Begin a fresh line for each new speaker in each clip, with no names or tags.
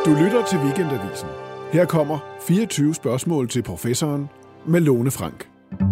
Du lytter til Weekendavisen. Her kommer 24 spørgsmål til professoren med Lone Frank.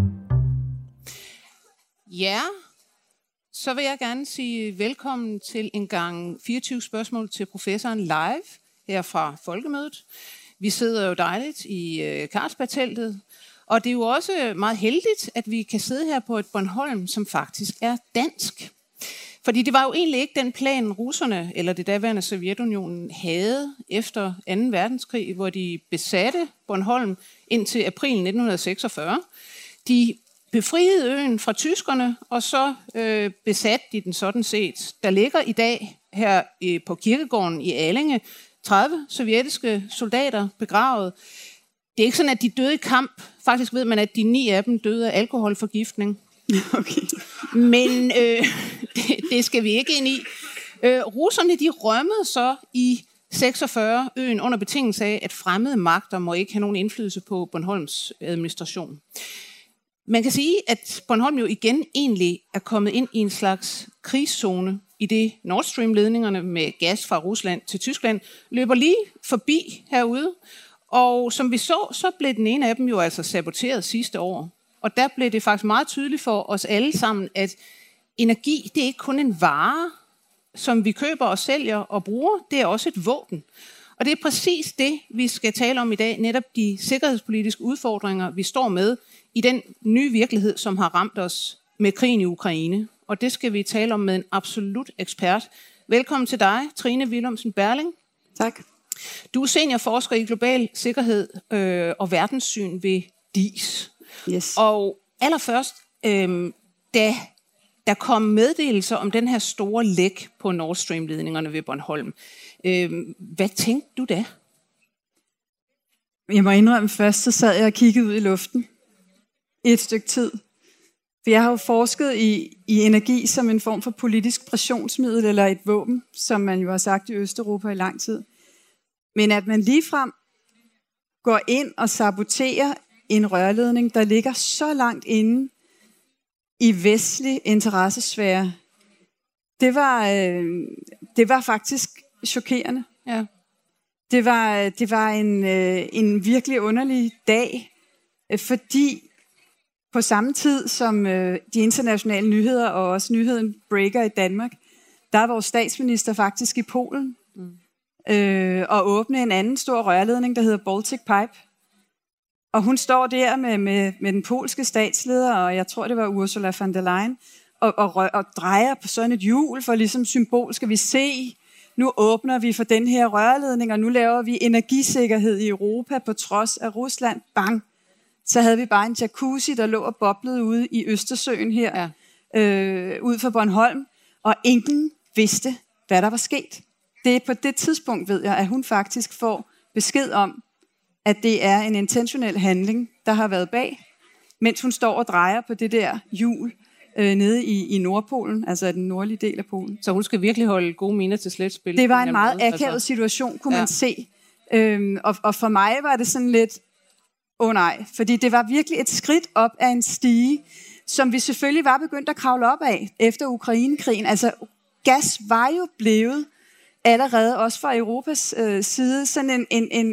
Ja, så vil jeg gerne sige velkommen til en gang 24 spørgsmål til professoren live her fra Folkemødet. Vi sidder jo dejligt i Carlsberg-teltet, og det er jo også meget heldigt, at vi kan sidde her på et Bornholm, som faktisk er dansk. Fordi det var jo egentlig ikke den plan, russerne eller det daværende Sovjetunionen havde efter 2. verdenskrig, hvor de besatte Bornholm indtil april 1946. De befriede øen fra tyskerne, og så besatte de den sådan set. Der ligger i dag her på kirkegården i Allinge 30 sovjetiske soldater begravet. Det er ikke sådan, at de døde i kamp. Faktisk ved man, at de 9 af dem døde af alkoholforgiftning.
Okay.
Men det skal vi ikke ind i. Russerne de rømmede så i 46 øen under betingelse af, at fremmede magter må ikke have nogen indflydelse på Bornholms administration. Man kan sige, at Bornholm jo igen egentlig er kommet ind i en slags krigszone, i det Nord Stream-ledningerne med gas fra Rusland til Tyskland løber lige forbi herude. Og som vi så blev den ene af dem jo altså saboteret sidste år. Og der blev det faktisk meget tydeligt for os alle sammen, at energi, det er ikke kun en vare, som vi køber og sælger og bruger, det er også et våben. Og det er præcis det, vi skal tale om i dag, netop de sikkerhedspolitiske udfordringer, vi står med i den nye virkelighed, som har ramt os med krigen i Ukraine. Og det skal vi tale om med en absolut ekspert. Velkommen til dig, Trine Willumsen Berling.
Tak.
Du er seniorforsker i global sikkerhed og verdenssyn ved DIS.
Yes.
Og allerførst, da der kom meddelelser om den her store læk på Nord Stream-ledningerne ved Bornholm, hvad tænkte du da?
Jeg må indrømme først, så sad jeg og kiggede ud i luften i et stykke tid. For jeg har jo forsket i energi som en form for politisk pressionsmiddel eller et våben, som man jo har sagt i Østeuropa i lang tid. Men at man ligefrem går ind og saboterer en rørledning, der ligger så langt inde i vestlig interessesfære, det var faktisk chokerende.
Ja.
Det var en virkelig underlig dag, fordi på samme tid som de internationale nyheder og også nyheden breaker i Danmark, der er vores statsminister faktisk i Polen og åbne en anden stor rørledning, der hedder Baltic Pipe. Og hun står der med den polske statsleder, og jeg tror, det var Ursula von der Leyen, og drejer på sådan et hjul for ligesom symbol. Skal vi se, nu åbner vi for den her rørledning, og nu laver vi energisikkerhed i Europa på trods af Rusland. Bang! Så havde vi bare en jacuzzi, der lå og boblede ude i Østersøen her, ud for Bornholm, og ingen vidste, hvad der var sket. Det er på det tidspunkt, ved jeg, at hun faktisk får besked om, at det er en intentionel handling, der har været bag, mens hun står og drejer på det der hjul nede i Nordpolen, altså den nordlige del af Polen.
Så hun skal virkelig holde gode miner til sletspil.
Det var en meget akavet situation, kunne man se. Og for mig var det sådan lidt, nej, fordi det var virkelig et skridt op af en stige, som vi selvfølgelig var begyndt at kravle op af efter Ukrainekrigen. Altså gas var jo blevet allerede også fra Europas side sådan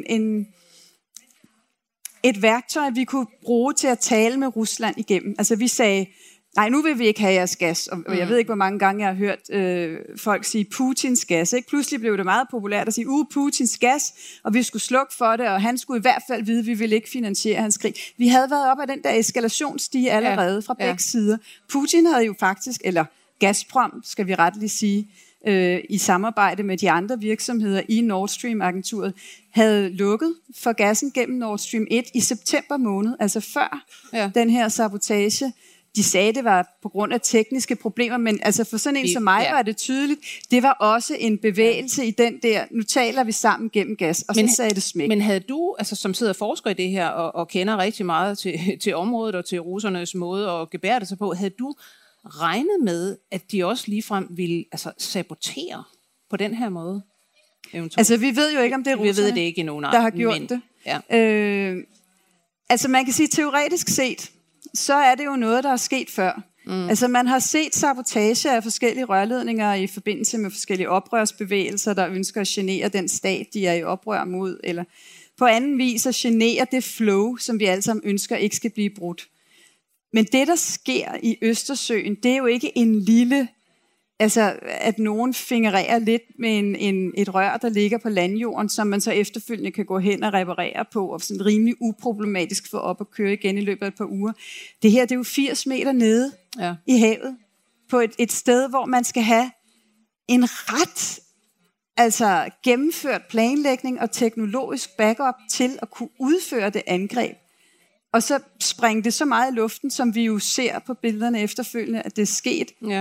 et værktøj, vi kunne bruge til at tale med Rusland igennem. Altså vi sagde, nej, nu vil vi ikke have jeres gas. Og jeg ved ikke, hvor mange gange jeg har hørt folk sige Putins gas. Ikke? Pludselig blev det meget populært at sige, Putins gas, og vi skulle slukke for det, og han skulle i hvert fald vide, at vi ville ikke finansiere hans krig. Vi havde været op af den der eskalationsstige allerede fra begge sider. Putin havde jo faktisk, eller Gazprom, skal vi retteligt sige, i samarbejde med de andre virksomheder i Nord Stream-agenturet, havde lukket for gassen gennem Nord Stream 1 i september måned, altså før den her sabotage. De sagde, det var på grund af tekniske problemer, men altså for sådan en som mig var det tydeligt. Det var også en bevægelse i den der, nu taler vi sammen gennem gas, og så sagde det smæk.
Men havde du, altså som sidder og forsker i det her, og kender rigtig meget til området og til russernes måde at gebære det sig på, havde du regnet med, at de også ligefrem ville sabotere på den her måde? Eventuelt.
Altså vi ved jo ikke, om det er russerne,
vi ved det ikke endnu,
der har gjort det. Ja. Altså man kan sige, teoretisk set, så er det jo noget, der er sket før. Altså man har set sabotage af forskellige rørledninger i forbindelse med forskellige oprørsbevægelser, der ønsker at genere den stat, de er i oprør mod, eller på anden vis at genere det flow, som vi alle sammen ønsker ikke skal blive brudt. Men det, der sker i Østersøen, det er jo ikke en lille, altså at nogen fingererer lidt med et rør, der ligger på landjorden, som man så efterfølgende kan gå hen og reparere på, og sådan rimelig uproblematisk få op og køre igen i løbet af et par uger. Det her, det er jo 80 meter nede i havet, på et sted, hvor man skal have en ret gennemført planlægning og teknologisk backup til at kunne udføre det angreb. Og så sprængte det så meget i luften, som vi jo ser på billederne efterfølgende, at det er sket. Ja.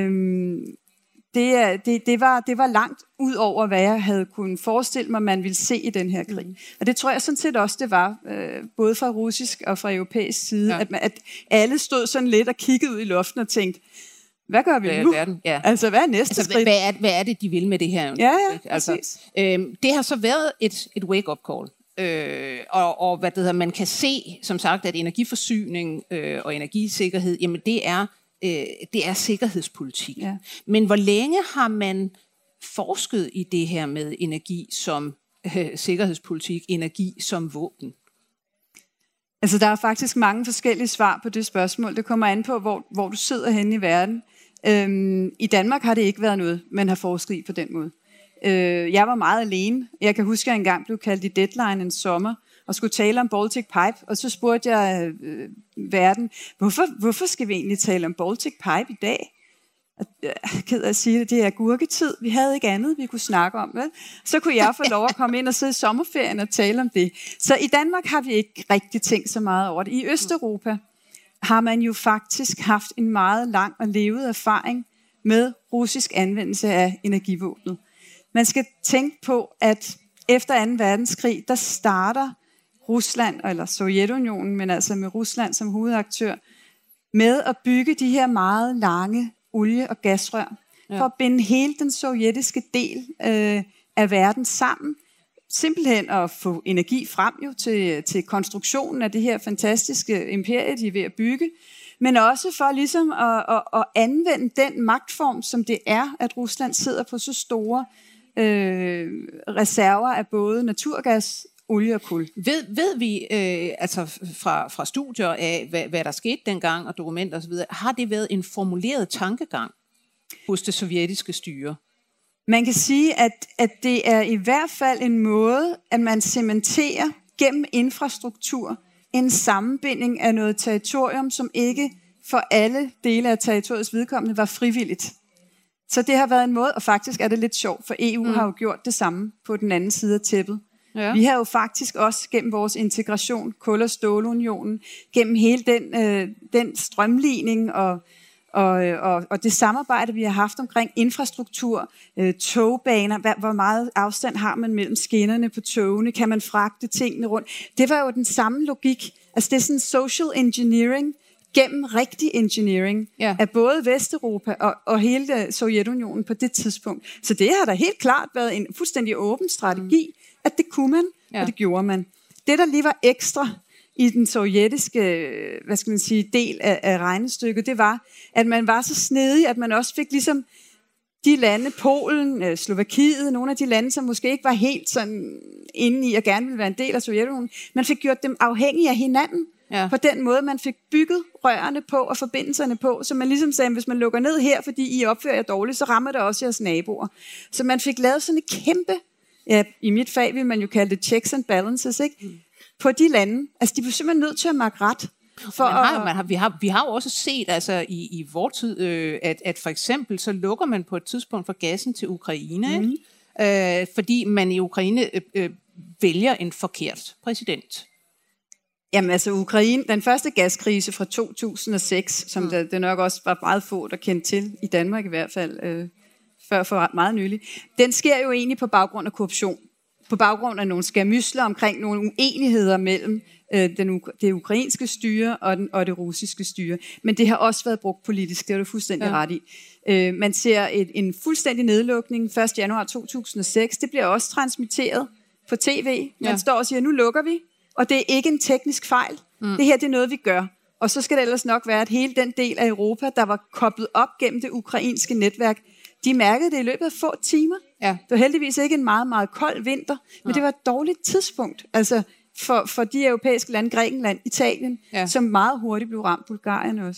Det var langt ud over, hvad jeg havde kunnet forestille mig, man ville se i den her krig. Og det tror jeg sådan set også, det var, både fra russisk og fra europæisk side, at alle stod sådan lidt og kiggede ud i luften og tænkte, hvad gør vi nu?
Ja.
Altså, hvad er næste skridt?
Hvad er det, de vil med det her?
Ja,
det har så været et wake-up call. Og hvad det hedder, man kan se, som sagt, at energiforsyning og energisikkerhed, jamen det er sikkerhedspolitik. Ja. Men hvor længe har man forsket i det her med energi som sikkerhedspolitik, energi som våben?
Altså, der er faktisk mange forskellige svar på det spørgsmål. Det kommer an på, hvor du sidder henne i verden. I Danmark har det ikke været noget, man har forsket i på den måde. Jeg var meget alene. Jeg kan huske, at jeg engang blev kaldt i Deadline en sommer, og skulle tale om Baltic Pipe, og så spurgte jeg verden, hvorfor skal vi egentlig tale om Baltic Pipe i dag? Jeg er ked af at sige det, det er gurketid. Vi havde ikke andet, vi kunne snakke om. Vel? Så kunne jeg få lov at komme ind og sidde i sommerferien og tale om det. Så i Danmark har vi ikke rigtig tænkt så meget over det. I Østeuropa har man jo faktisk haft en meget lang og levet erfaring med russisk anvendelse af energivåbnet. Man skal tænke på, at efter 2. verdenskrig, der starter Rusland, eller Sovjetunionen, men altså med Rusland som hovedaktør, med at bygge de her meget lange olie- og gasrør, for at binde hele den sovjetiske del af verden sammen. Simpelthen at få energi frem jo til konstruktionen af det her fantastiske imperie, de er ved at bygge, men også for ligesom at anvende den magtform, som det er, at Rusland sidder på så store reserver af både naturgas, olie og kul.
Ved vi altså fra studier af, hvad der skete dengang, og dokumenter osv., har det været en formuleret tankegang hos det sovjetiske styre?
Man kan sige, at det er i hvert fald en måde, at man cementerer gennem infrastruktur en sammenbinding af noget territorium, som ikke for alle dele af territoriets vedkommende var frivilligt. Så det har været en måde, og faktisk er det lidt sjovt, for EU har jo gjort det samme på den anden side af tæppet. Ja. Vi har jo faktisk også gennem vores integration, kul- og stålunionen, gennem hele den strømligning og det samarbejde, vi har haft omkring infrastruktur, togbaner, hvor meget afstand har man mellem skinnerne på togene, kan man fragte tingene rundt. Det var jo den samme logik. Altså det er sådan social engineering gennem rigtig engineering af både Vesteuropa og hele Sovjetunionen på det tidspunkt. Så det har da helt klart været en fuldstændig åben strategi, at det kunne man, og det gjorde man. Det, der lige var ekstra i den sovjetiske, del af regnestykket, det var, at man var så snedig, at man også fik ligesom de lande, Polen, Slovakiet, nogle af de lande, som måske ikke var helt sådan inde i og gerne ville være en del af Sovjetunionen, man fik gjort dem afhængige af hinanden. Ja. På den måde, man fik bygget rørene på og forbindelserne på, så man ligesom sagde, hvis man lukker ned her, fordi I opfører jer dårligt, så rammer det også jeres naboer. Så man fik lavet sådan et kæmpe, i mit fag vil man jo kalde det checks and balances, ikke? På de lande. Altså, de blev simpelthen nødt til at makke ret.
Vi har jo også set altså, i vor tid, at for eksempel så lukker man på et tidspunkt for gassen til Ukraine, fordi man i Ukraine vælger en forkert præsident.
Jamen altså Ukraine, den første gaskrise fra 2006, som det nok også var meget få, der kendte til, i Danmark i hvert fald, før for meget nylig, den sker jo egentlig på baggrund af korruption. På baggrund af nogle skærmysler omkring nogle uenigheder mellem det ukrainske styre og det russiske styre. Men det har også været brugt politisk, det er du fuldstændig ret i. Man ser en fuldstændig nedlukning 1. januar 2006. Det bliver også transmitteret på tv. Man står og siger, nu lukker vi. Og det er ikke en teknisk fejl. Det her, det er noget, vi gør. Og så skal det ellers nok være, at hele den del af Europa, der var koblet op gennem det ukrainske netværk, de mærkede det i løbet af få timer.
Ja.
Det var heldigvis ikke en meget, meget kold vinter, men det var et dårligt tidspunkt. Altså for de europæiske lande, Grækenland, Italien, som meget hurtigt blev ramt, Bulgarien også.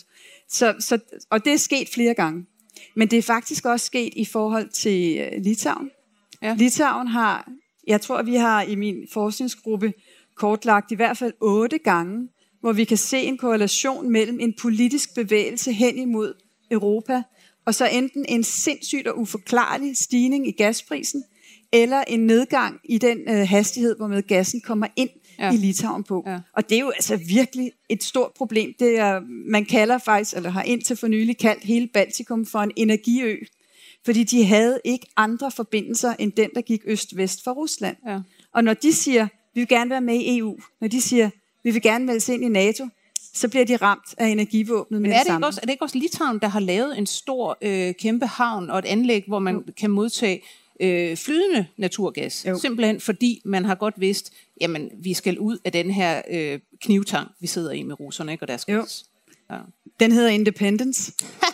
Og det er sket flere gange. Men det er faktisk også sket i forhold til Litauen. Ja. Litauen har, jeg tror, vi har i min forskningsgruppe kortlagt i hvert fald 8 gange, hvor vi kan se en korrelation mellem en politisk bevægelse hen imod Europa, og så enten en sindssygt og uforklarlig stigning i gasprisen, eller en nedgang i den hastighed, hvormed gassen kommer ind i Litauen på. Ja. Og det er jo altså virkelig et stort problem. Det er, man kalder faktisk, eller har indtil for nylig kaldt hele Baltikum for en energiø, fordi de havde ikke andre forbindelser end den, der gik øst-vest fra Rusland. Ja. Og når de siger, vi vil gerne være med i EU, når de siger, vi vil gerne melde sig ind i NATO, så bliver de ramt af energivåbnet med det samme.
Er det ikke også Litauen, der har lavet en stor, kæmpe havn og et anlæg, hvor man kan modtage flydende naturgas? Jo. Simpelthen fordi man har godt vidst, jamen vi skal ud af den her knivtang, vi sidder i med russerne, ikke, og deres gas. Ja.
Den hedder Independence.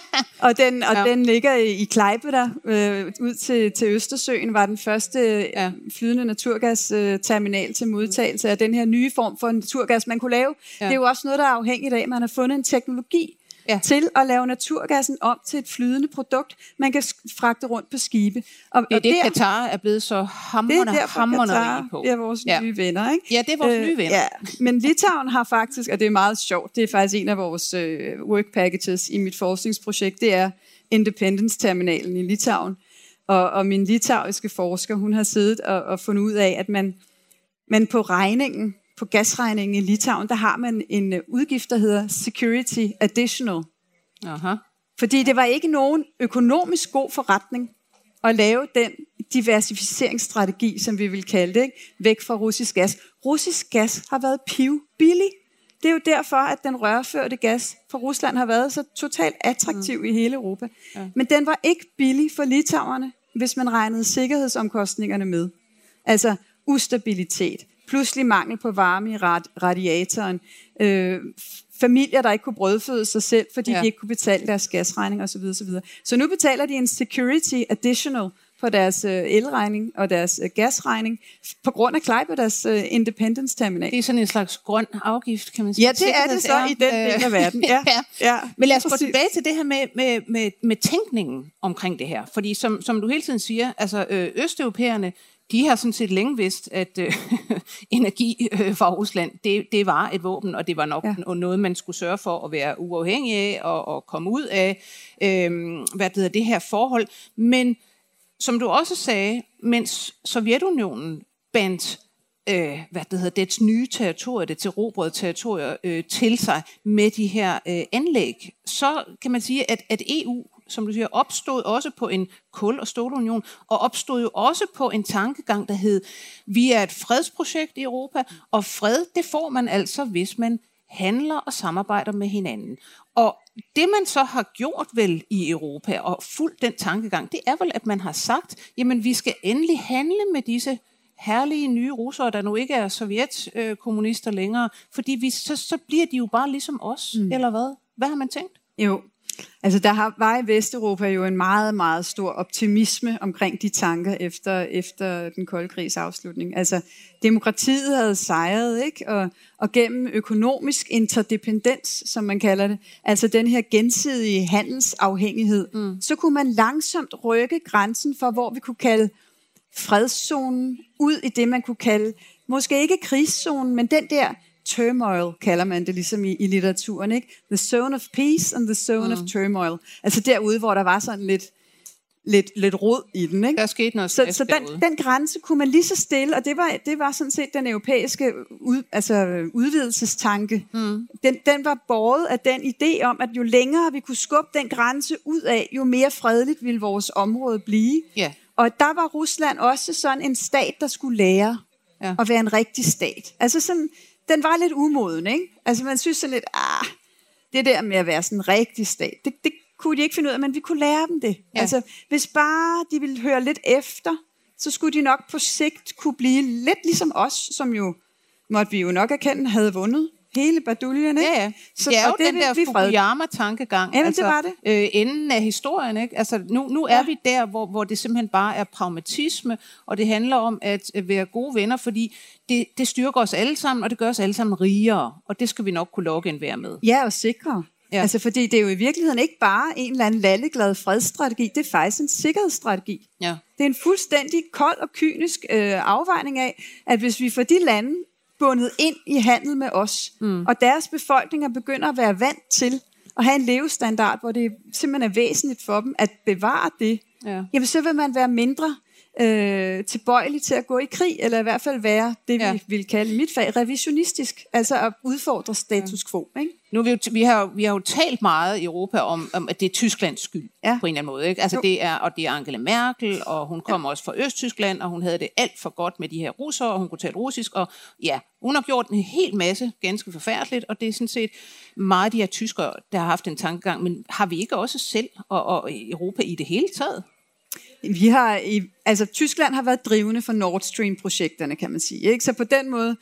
og den ligger i Klaipėda, ud til Østersøen, var den første flydende naturgasterminal til modtagelse af den her nye form for naturgas, man kunne lave. Ja. Det er jo også noget, der er afhængigt af, at man har fundet en teknologi til at lave naturgassen om til et flydende produkt, man kan fragte rundt på skibe.
Og Katar er blevet så hamrende rig på.
Det er vores nye venner, ikke?
Ja, det er vores nye venner. Ja.
Men Litauen har faktisk, og det er meget sjovt, det er faktisk en af vores work packages i mit forskningsprojekt, det er Independence-terminalen i Litauen. Og min litauiske forsker, hun har siddet og fundet ud af, at man på regningen, på gasregningen i Litauen, der har man en udgift, der hedder Security Additional. Aha. Fordi det var ikke nogen økonomisk god forretning at lave den diversificeringsstrategi, som vi vil kalde det, ikke? Væk fra russisk gas. Russisk gas har været pivbillig. Det er jo derfor, at den rørførte gas fra Rusland har været så totalt attraktiv i hele Europa. Ja. Men den var ikke billig for litauerne, hvis man regnede sikkerhedsomkostningerne med. Altså ustabilitet, pludselig mangel på varme i radiatoren, familier, der ikke kunne brødføde sig selv, fordi de ikke kunne betale deres gasregning osv. osv. Så nu betaler de en security additional på deres elregning og deres gasregning på grund af Klaipėdas Independence-terminal.
Det er sådan en slags grøn afgift, kan man sige.
Ja, det er det så i den del af verden. Ja.
Men lad os gå tilbage til det her med tænkningen omkring det her. Fordi som du hele tiden siger, altså østeuropæerne, de har sådan set længe vidst, at energi fra Rusland, det var et våben, og det var nok noget, man skulle sørge for at være uafhængig af og komme ud af det her forhold. Men som du også sagde, mens Sovjetunionen bandt dets nye territorier, det erobrede territorier til sig med de her anlæg, så kan man sige, at EU, som du siger, opstod også på en kul- og stålunion, og opstod jo også på en tankegang, der hed, vi er et fredsprojekt i Europa, og fred, det får man altså, hvis man handler og samarbejder med hinanden. Og det man så har gjort vel i Europa, og fulgt den tankegang, det er vel, at man har sagt, jamen vi skal endelig handle med disse herlige nye russere, der nu ikke er sovjetkommunister længere, fordi så bliver de jo bare ligesom os, eller hvad? Hvad har man tænkt?
Jo, altså der var i Vesteuropa jo en meget, meget stor optimisme omkring de tanker efter den kolde krigs afslutning. Altså demokratiet havde sejret, ikke? Og gennem økonomisk interdependens, som man kalder det, altså den her gensidige handelsafhængighed, så kunne man langsomt rykke grænsen for, hvor vi kunne kalde fredszonen ud i det, man kunne kalde, måske ikke krigszonen, men den der turmoil, kalder man det ligesom i litteraturen, ikke? The zone of peace and the zone of turmoil. Altså derude, hvor der var sådan lidt rod i den, ikke?
Der skete noget.
Så den grænse kunne man lige så stille, og det var sådan set den europæiske udvidelsestanke. Den var båret af den idé om, at jo længere vi kunne skubbe den grænse ud af, jo mere fredeligt ville vores område blive. Yeah. Og der var Rusland også sådan en stat, der skulle lære at være en rigtig stat. Altså sådan, den var lidt umoden, ikke? Altså man synes sådan lidt, det der med at være sådan en rigtig stat, det kunne de ikke finde ud af, men vi kunne lære dem det. Ja. Altså hvis bare de ville høre lidt efter, så skulle de nok på sigt kunne blive lidt ligesom os, som jo, måtte vi jo nok erkende, havde vundet hele baduljen, ikke?
Ja. Så, det er jo den der Fukuyama-tankegang.
Jamen, det var det.
Enden af historien, ikke? Altså, nu er vi der, hvor det simpelthen bare er pragmatisme, og det handler om at være gode venner, fordi det styrker os alle sammen, og det gør os alle sammen rigere, og det skal vi nok kunne lokke enhver med.
Ja, og sikre. Ja. Altså, fordi det er jo i virkeligheden ikke bare en eller anden lalleglad fredsstrategi, det er faktisk en sikkerhedsstrategi.
Ja.
Det er en fuldstændig kold og kynisk afvejning af, at hvis vi får de lande bundet ind i handel med os, og deres befolkninger begynder at være vant til at have en levestandard, hvor det simpelthen er væsentligt for dem at bevare det, jamen så vil man være mindre tilbøjelig til at gå i krig, eller i hvert fald være det, vi vil kalde i mit fag revisionistisk, altså at udfordre status quo. Ikke?
Nu vi har jo talt meget i Europa om at det er Tysklands skyld, på en eller anden måde. Ikke? Altså det er Angela Merkel, og hun kommer også fra Østtyskland, og hun havde det alt for godt med de her russere, og hun kunne tale russisk, og hun har gjort en hel masse ganske forfærdeligt, og det er sådan set meget af de her tyskere, der har haft en tankegang, men har vi ikke også selv, og Europa i det hele taget?
Vi har Tyskland har været drivende for Nord Stream-projekterne, kan man sige. Ikke? Så på den måde,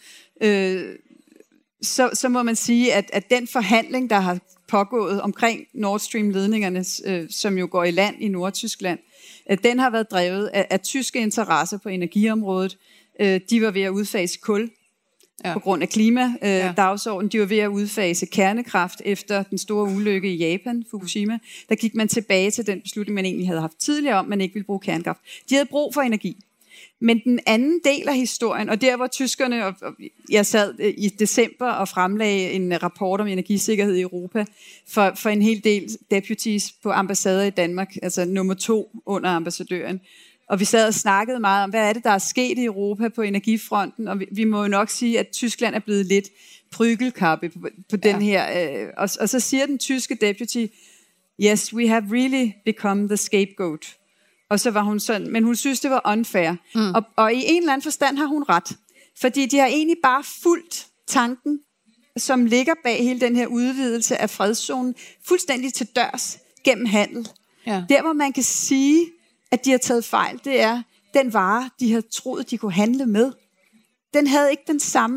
så må man sige, at den forhandling, der har pågået omkring Nord Stream-ledningerne, som jo går i land i Nordtyskland, den har været drevet af tyske interesser på energiområdet. De var ved at udfase kul på grund af klimadagsordenen. De var ved at udfase kernekraft efter den store ulykke i Japan, Fukushima. Der gik man tilbage til den beslutning, man egentlig havde haft tidligere om, man ikke ville bruge kernekraft. De havde brug for energi. Men den anden del af historien, og der hvor tyskerne, og jeg sad i december og fremlagde en rapport om energisikkerhed i Europa for en hel del deputies på ambassader i Danmark, altså nummer 2 under ambassadøren. Og vi sad og snakkede meget om, hvad er det, der er sket i Europa på energifronten, og vi må jo nok sige, at Tyskland er blevet lidt prygelkappe på den her. Og så siger den tyske deputy, yes, we have really become the scapegoat. Og så var hun sådan, men hun synes, det var unfair. Og i en eller anden forstand har hun ret. Fordi de har egentlig bare fulgt tanken, som ligger bag hele den her udvidelse af fredszonen, fuldstændig til dørs gennem handel. Ja. Der, hvor man kan sige, at de har taget fejl, det er den vare, de har troet, de kunne handle med. Den havde ikke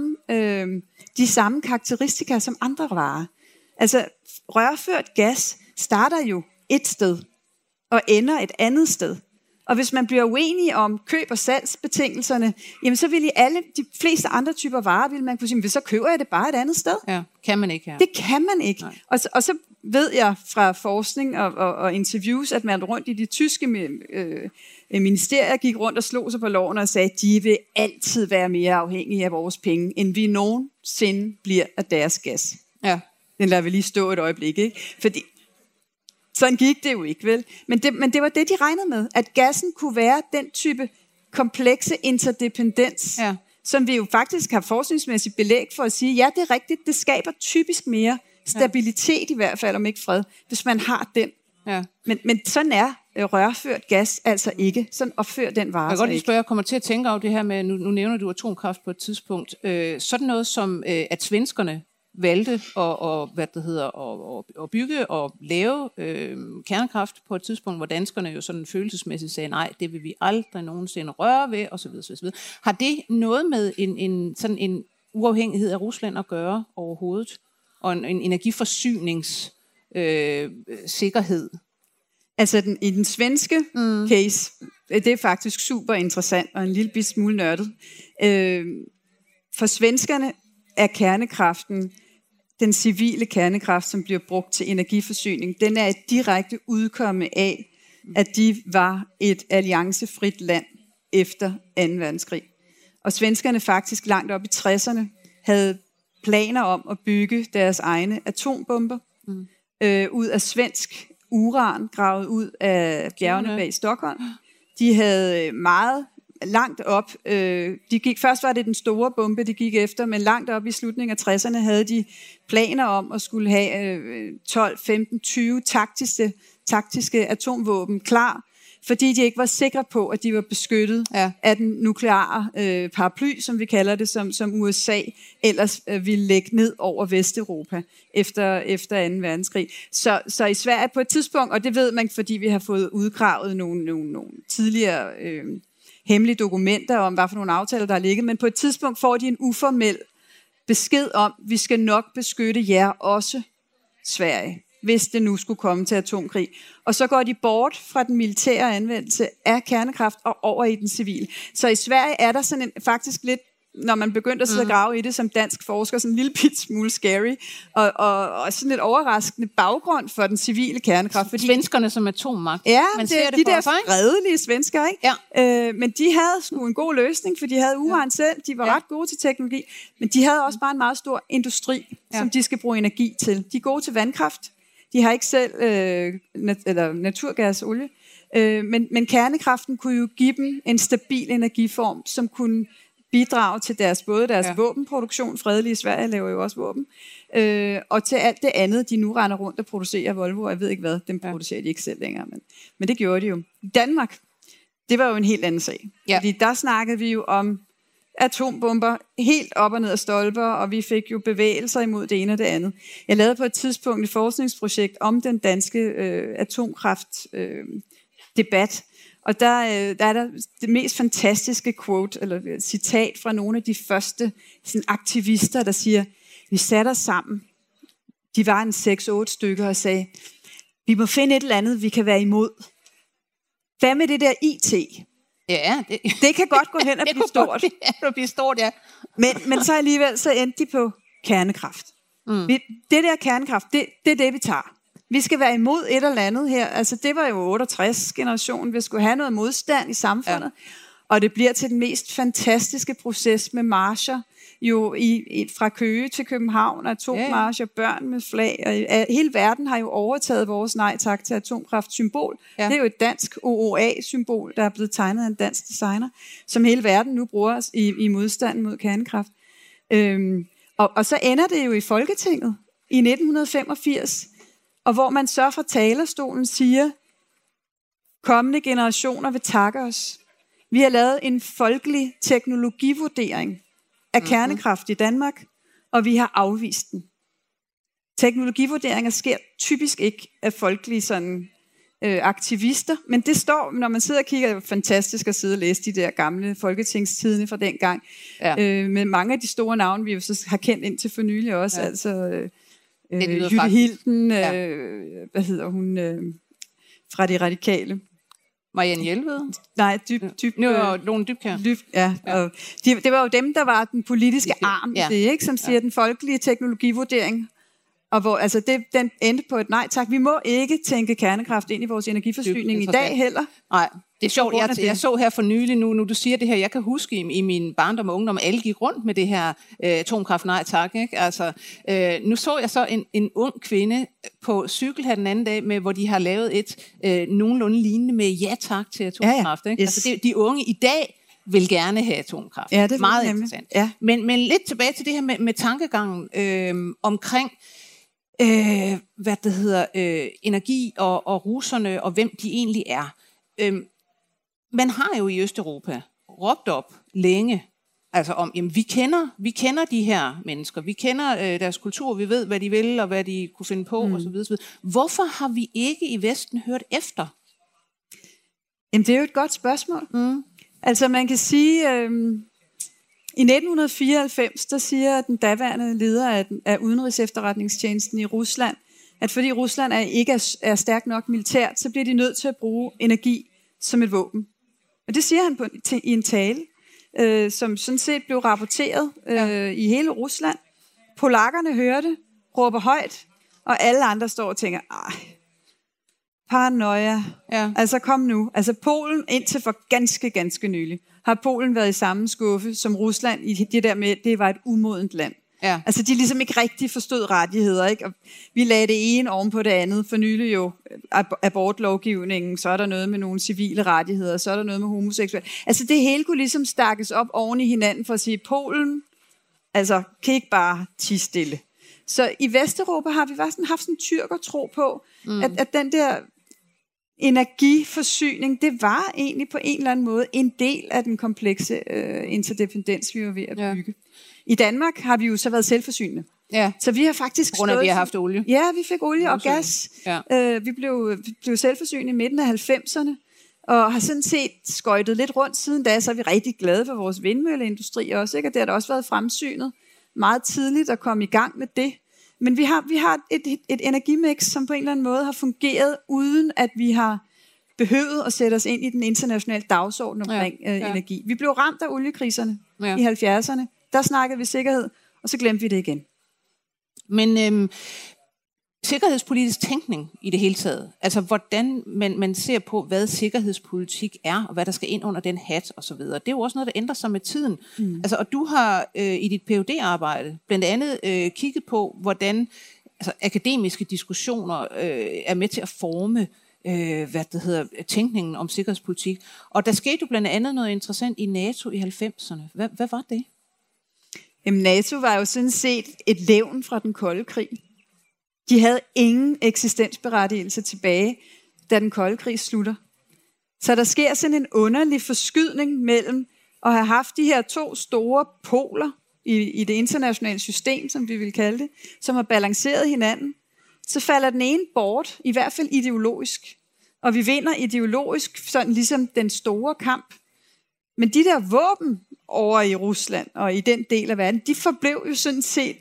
de samme karakteristika som andre varer. Altså, rørført gas starter jo et sted og ender et andet sted. Og hvis man bliver uenig om køb- og salgsbetingelserne, jamen så vil de fleste andre typer varer, vil man kunne sige, så køber jeg det bare et andet sted.
Ja, kan man ikke. Ja.
Det kan man ikke. Og så ved jeg fra forskning og interviews, at man rundt i de tyske ministerier gik rundt og slog sig på loven og sagde, at de vil altid være mere afhængige af vores penge, end vi nogensinde bliver af deres gas. Ja. Den lader vi lige stå et øjeblik, ikke? Fordi sådan gik det jo ikke, vel? Men det var det, de regnede med. At gassen kunne være den type komplekse interdependens, som vi jo faktisk har forskningsmæssigt belæg for at sige, ja, det er rigtigt, det skaber typisk mere stabilitet i hvert fald, om ikke fred, hvis man har den. Ja. Men sådan er rørført gas altså ikke. Sådan opfører den vare.
Jeg kan godt lige spørge, jeg kommer til at tænke over det her med, nu nævner du atomkraft på et tidspunkt, sådan noget som, at svenskerne valgte at bygge og lave kernekraft på et tidspunkt, hvor danskerne jo sådan følelsesmæssigt sagde, nej, det vil vi aldrig nogensinde røre ved, osv. Har det noget med en uafhængighed af Rusland at gøre overhovedet? Og en energiforsyningssikkerhed?
Altså i den svenske case, det er faktisk super interessant og en lille smule nørdet. For svenskerne er kernekraften, den civile kernekraft, som bliver brugt til energiforsyning, den er et direkte udkomme af, at de var et alliancefrit land efter 2. verdenskrig. Og svenskerne faktisk langt op i 60'erne havde planer om at bygge deres egne atombomber ud af svensk uran, gravet ud af bjergene bag Stockholm. De havde meget langt op, først var det den store bombe, de gik efter, men langt op i slutningen af 60'erne havde de planer om at skulle have 12, 15, 20 taktiske atomvåben klar, fordi de ikke var sikre på, at de var beskyttet af den nukleare paraply, som vi kalder det, som USA ellers ville lægge ned over Vesteuropa efter 2. verdenskrig. Så i Sverige på et tidspunkt, og det ved man, fordi vi har fået udgravet nogle tidligere hemmelige dokumenter om, hvad for nogle aftaler, der er ligget, men på et tidspunkt får de en uformel besked om, vi skal nok beskytte jer også, Sverige, hvis det nu skulle komme til atomkrig. Og så går de bort fra den militære anvendelse af kernekraft og over i den civile. Så i Sverige er der sådan faktisk lidt, når man begyndte at sidde og grave i det som dansk forsker, sådan en lille bit smule scary, og sådan lidt overraskende baggrund for den civile kernekraft.
Fordi svenskerne som atommagt.
Ja,
man
ser det de der fredelige svensker, ikke?
Ja.
Men de havde sgu en god løsning, for de havde uran selv, de var ret gode til teknologi, men de havde også bare en meget stor industri, som de skal bruge energi til. De er gode til vandkraft, de har ikke selv naturgas, olie, men kernekraften kunne jo give dem en stabil energiform, som kunne bidrage til deres våbenproduktion. Fredelige Sverige laver jo også våben. Og til alt det andet, de nu render rundt og producerer Volvo, og jeg ved ikke hvad, dem producerer de ikke selv længere. Men det gjorde de jo. Danmark, det var jo en helt anden sag. Ja. Fordi der snakkede vi jo om atombomber helt op og ned af stolper, og vi fik jo bevægelser imod det ene og det andet. Jeg lavede på et tidspunkt et forskningsprojekt om den danske atomkraftdebat, og der er der det mest fantastiske quote, eller citat fra nogle af de første sådan, aktivister, der siger, vi satte os sammen, de var en 6-8 stykker, og sagde, vi må finde et eller andet, vi kan være imod. Hvad med det der IT?
Ja,
det kan godt gå hen og blive stort.
Det blive stort, ja.
Men så alligevel, så endte de på kernekraft. Det der kernekraft, det er det, vi tager. Vi skal være imod et eller andet her. Altså, det var jo 68-generationen. Vi skulle have noget modstand i samfundet. Ja. Og det bliver til den mest fantastiske proces med marcher. Jo fra Køge til København, atommarcher, børn med flag. Og hele verden har jo overtaget vores nej tak til atomkraft symbol. Ja. Det er jo et dansk OOA-symbol, der er blevet tegnet af en dansk designer, som hele verden nu bruger i modstanden mod kernekraft. Og så ender det jo i Folketinget i 1985, og hvor man så fra talerstolen siger, kommende generationer vil takke os. Vi har lavet en folkelig teknologivurdering af kernekraft i Danmark, og vi har afvist den. Teknologivurderinger sker typisk ikke af folkelige sådan, aktivister, men det står, når man sidder og kigger, det er fantastisk at sidde og læse de der gamle folketingstidene fra dengang, med mange af de store navne, vi jo så har kendt indtil for nylig også, altså Jytte Hilden, hvad hedder hun, fra De Radikale.
Marianne Jelved?
Nej,
Lone Dybkjær.
Og det var jo dem, der var den politiske arm i det, ikke, som siger den folkelige teknologivurdering. Og hvor altså den endte på et nej tak. Vi må ikke tænke kernekraft ind i vores energiforsyning i dag heller.
Nej, det er sjovt. Jeg så her for nylig nu du siger det her. Jeg kan huske i min barndom og ungdom, alle gik rundt med det her atomkraft nej tak. Ikke? Altså, nu så jeg så en ung kvinde på cykel her den anden dag, hvor de har lavet et nogenlunde lignende med ja tak til atomkraft. Ikke?
Yes.
Altså, de unge i dag vil gerne have atomkraft.
Ja, det er
meget interessant.
Ja.
Men lidt tilbage til det her med tankegangen omkring energi og russerne, og hvem de egentlig er. Man har jo i Østeuropa råbt op længe, altså om, jamen vi kender de her mennesker, vi kender deres kultur, vi ved, hvad de vil, og hvad de kunne finde på, osv. Hvorfor har vi ikke i Vesten hørt efter?
Jamen, det er jo et godt spørgsmål. Altså, man kan sige, i 1994, der siger den daværende leder af Udenrigs-efterretningstjenesten i Rusland, at fordi Rusland ikke er stærkt nok militært, så bliver de nødt til at bruge energi som et våben. Og det siger han i en tale, som sådan set blev rapporteret i hele Rusland. Polakkerne hører det, råber højt, og alle andre står og tænker, paranoia. Ja. Altså kom nu. Altså Polen indtil for ganske nylig har Polen været i samme skuffe som Rusland i det der med, det var et umodent land. Ja. Altså de ligesom ikke rigtig forstod rettigheder, ikke? Og vi lagde det ene oven på det andet. For nylig jo abortlovgivningen, så er der noget med nogle civile rettigheder, så er der noget med homoseksuelle. Altså det hele kunne ligesom stakkes op oven i hinanden for at sige, Polen, altså kan ikke bare tie stille. Så i Vesteuropa har vi haft sådan en tyrkertro på, at den der energiforsyning, det var egentlig på en eller anden måde en del af den komplekse interdependens, vi var ved at bygge. I Danmark har vi jo så været selvforsynende. Ja. Så vi har faktisk
grund af, vi har haft olie.
Ja, vi fik olie og gas. Ja. Vi blev selvforsynende i midten af 90'erne, og har sådan set skøjtet lidt rundt siden da, så er vi rigtig glade for vores vindmølleindustri også, ikke? Og det har da også været fremsynet meget tidligt at komme i gang med det. Men vi har et energimix, som på en eller anden måde har fungeret, uden at vi har behøvet at sætte os ind i den internationale dagsorden omkring energi. Vi blev ramt af oliekriserne i 70'erne. Der snakkede vi sikkerhed, og så glemte vi det igen.
Men sikkerhedspolitisk tænkning i det hele taget, altså hvordan man ser på, hvad sikkerhedspolitik er, og hvad der skal ind under den hat og så videre. Det er jo også noget, der ændrer sig med tiden. Altså, og du har i dit PhD-arbejde blandt andet kigget på, hvordan akademiske diskussioner er med til at forme tænkningen om sikkerhedspolitik. Og der skete jo blandt andet noget interessant i NATO i 90'erne. Hvad var det?
Jamen, NATO var jo sådan set et levn fra den kolde krig. De havde ingen eksistensberettigelse tilbage, da den kolde krig slutter. Så der sker sådan en underlig forskydning mellem at have haft de her to store poler i det internationale system, som vi vil kalde det, som har balanceret hinanden. Så falder den ene bort, i hvert fald ideologisk. Og vi vinder ideologisk, sådan ligesom den store kamp. Men de der våben over i Rusland og i den del af verden, de forblev jo sådan set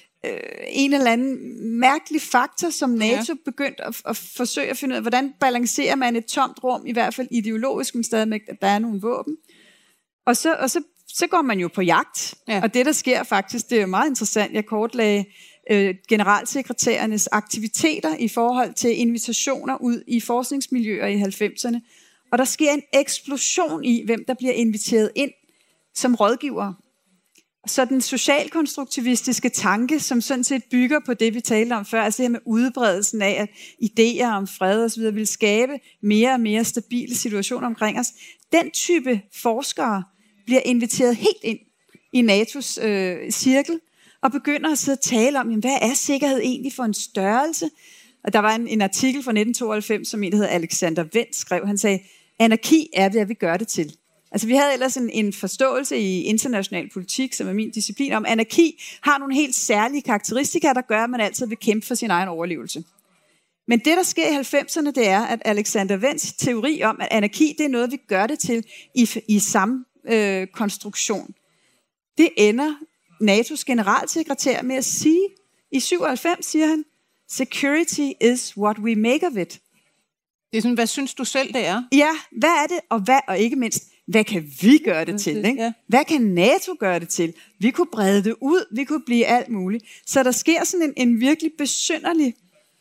en eller anden mærkelig faktor, som NATO begyndte at forsøge at finde ud af, hvordan balancerer man et tomt rum, i hvert fald ideologisk, men stadigvæk, at der er nogle våben. Og så går man jo på jagt, og det der sker faktisk, det er jo meget interessant. Jeg kortlagde generalsekretærernes aktiviteter i forhold til invitationer ud i forskningsmiljøer i 90'erne, og der sker en eksplosion i, hvem der bliver inviteret ind som rådgivere. Så den socialkonstruktivistiske tanke, som sådan set bygger på det, vi talte om før, altså det her med udbredelsen af, at idéer om fred og så videre vil skabe mere og mere stabile situationer omkring os, den type forskere bliver inviteret helt ind i NATO's cirkel, og begynder at sidde og tale om, jamen, hvad er sikkerhed egentlig for en størrelse? Og der var en artikel fra 1992, som en, der hedder Alexander Wendt, skrev. Han sagde, anarki er, hvad vi gør det til. Altså vi havde ellers en forståelse i international politik, som er min disciplin, om anarki har nogle helt særlige karakteristika, der gør, at man altid vil kæmpe for sin egen overlevelse. Men det, der sker i 90'erne, det er, at Alexander Wendts teori om, at anarki, det er noget, vi gør det til i samme konstruktion. Det ender NATO's generalsekretær med at sige, i 97 siger han, security is what we make of it.
Det er sådan, hvad synes du selv, det er?
Ja, hvad er det, og ikke mindst, hvad kan vi gøre det til? Ikke? Ja. Hvad kan NATO gøre det til? Vi kunne brede det ud, vi kunne blive alt muligt. Så der sker sådan en virkelig besynderlig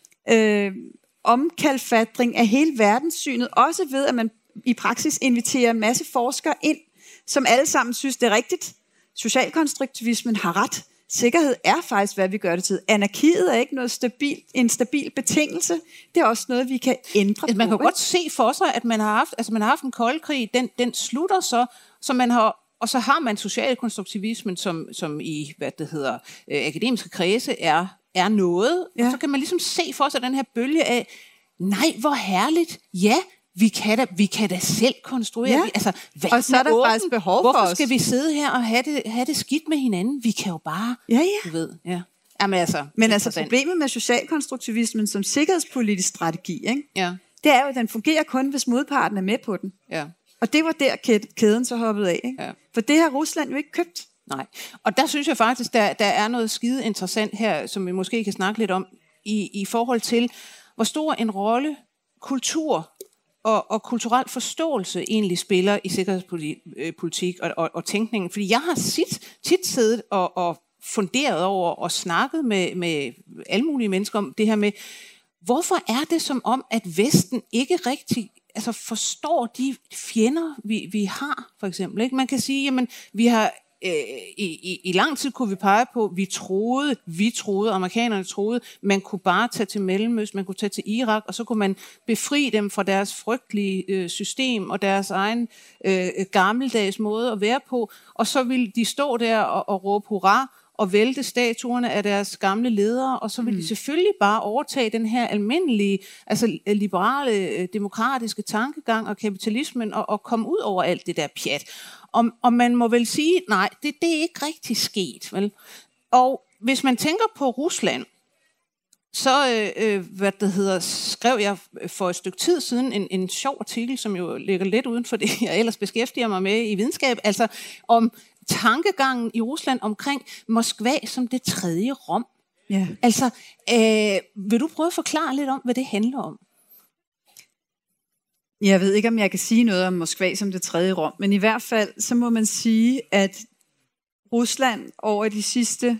omkalfatring af hele verdenssynet, også ved, at man i praksis inviterer en masse forskere ind, som alle sammen synes, det er rigtigt. Socialkonstruktivismen har ret. Sikkerhed er faktisk, hvad vi gør det til. Anarkiet er ikke en stabil betingelse. Det er også noget, vi kan ændre på.
Man kan godt se for sig, at man har haft en kold krig. Den slutter så man har, og så har man socialkonstruktivismen, som i akademiske kredse er noget. Ja. Og så kan man ligesom se for sig den her bølge af, nej, hvor herligt, ja, vi kan da selv konstruere.
Ja.
Altså,
og så er der faktisk behov for os.
Hvorfor skal vi sidde her og have det skidt med hinanden? Vi kan jo bare, du ved. Ja. Men
problemet med socialkonstruktivismen som sikkerhedspolitisk strategi, ikke? Ja. Det er jo, at den fungerer kun, hvis modparten er med på den. Ja. Og det var der kæden så hoppede af. Ikke? Ja. For det har Rusland jo ikke købt.
Nej. Og der synes jeg faktisk, der er noget skide interessant her, som vi måske kan snakke lidt om, i forhold til, hvor stor en rolle kultur og kulturel forståelse egentlig spiller i sikkerhedspolitik og tænkningen. Fordi jeg har tit siddet og funderet over og snakket med alle mulige mennesker om det her med, hvorfor er det som om, at Vesten ikke rigtig forstår de fjender, vi har, for eksempel. Ikke? Man kan sige, jamen, vi har i lang tid kunne vi pege på, vi troede, amerikanerne troede, man kunne bare tage til Mellemøsten, man kunne tage til Irak, og så kunne man befri dem fra deres frygtelige system og deres egen gammeldags måde at være på, og så ville de stå der og råbe hurra, og vælte statuerne af deres gamle ledere, og så vil de selvfølgelig bare overtage den her almindelige, liberale, demokratiske tankegang og kapitalismen, og komme ud over alt det der pjat. Og man må vel sige, nej, det er ikke rigtig sket, vel? Og hvis man tænker på Rusland, så skrev jeg for et stykke tid siden en sjov artikel, som jo ligger lidt uden for det, jeg ellers beskæftiger mig med i videnskab, altså om tankegangen i Rusland omkring Moskva som det tredje Rom.
Ja.
Altså, vil du prøve at forklare lidt om, hvad det handler om?
Jeg ved ikke, om jeg kan sige noget om Moskva som det tredje Rom, men i hvert fald, så må man sige, at Rusland over de sidste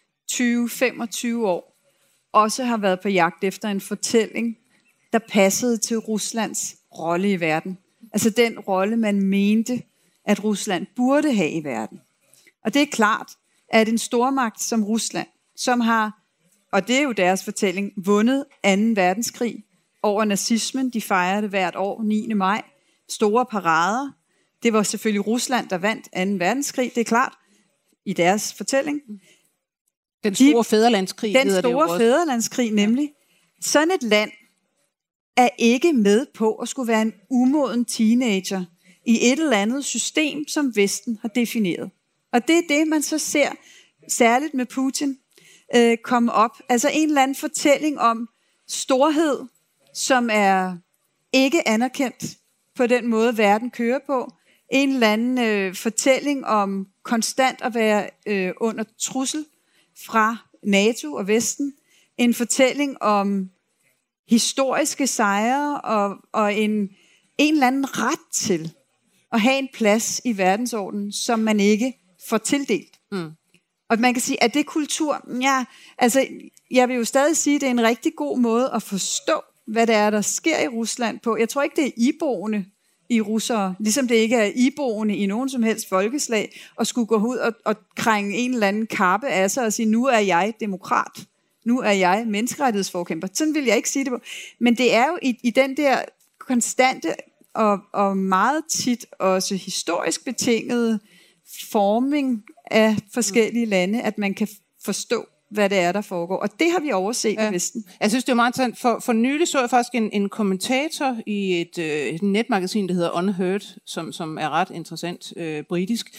20-25 år også har været på jagt efter en fortælling, der passede til Ruslands rolle i verden. Altså den rolle, man mente, at Rusland burde have i verden. Og det er klart, at en stormagt som Rusland, som har, og det er jo deres fortælling, vundet 2. verdenskrig over nazismen, de fejrer det hvert år, 9. maj, store parader. Det var selvfølgelig Rusland, der vandt 2. verdenskrig, det er klart, i deres fortælling.
Den store fædrelandskrig hedder det jo også.
Den store fædrelandskrig, nemlig. Sådan et land er ikke med på at skulle være en umoden teenager i et eller andet system, som Vesten har defineret. Og det er det, man så ser, særligt med Putin, komme op. Altså en eller anden fortælling om storhed, som er ikke anerkendt på den måde, verden kører på. En eller anden fortælling om konstant at være under trussel fra NATO og Vesten. En fortælling om historiske sejre og en eller anden ret til at have en plads i verdensordenen, som man ikke får tildelt. Mm. Og man kan sige, at det kultur, ja, altså jeg vil jo stadig sige, at det er en rigtig god måde at forstå, hvad det er, der sker i Rusland på. Jeg tror ikke, det er iboende i russere, ligesom det ikke er iboende i nogen som helst folkeslag, at skulle gå ud og krænge en eller anden kappe af sig og sige, nu er jeg demokrat, nu er jeg menneskerettighedsforkæmper. Sådan vil jeg ikke sige det på. Men det er jo i den der konstante og meget tit også historisk betingede forming af forskellige lande, at man kan forstå, hvad det er, der foregår. Og det har vi overset i Vesten.
Jeg synes, det er meget interessant. For nylig så jeg faktisk en kommentator i et netmagasin, der hedder Unheard, som er ret interessant britisk,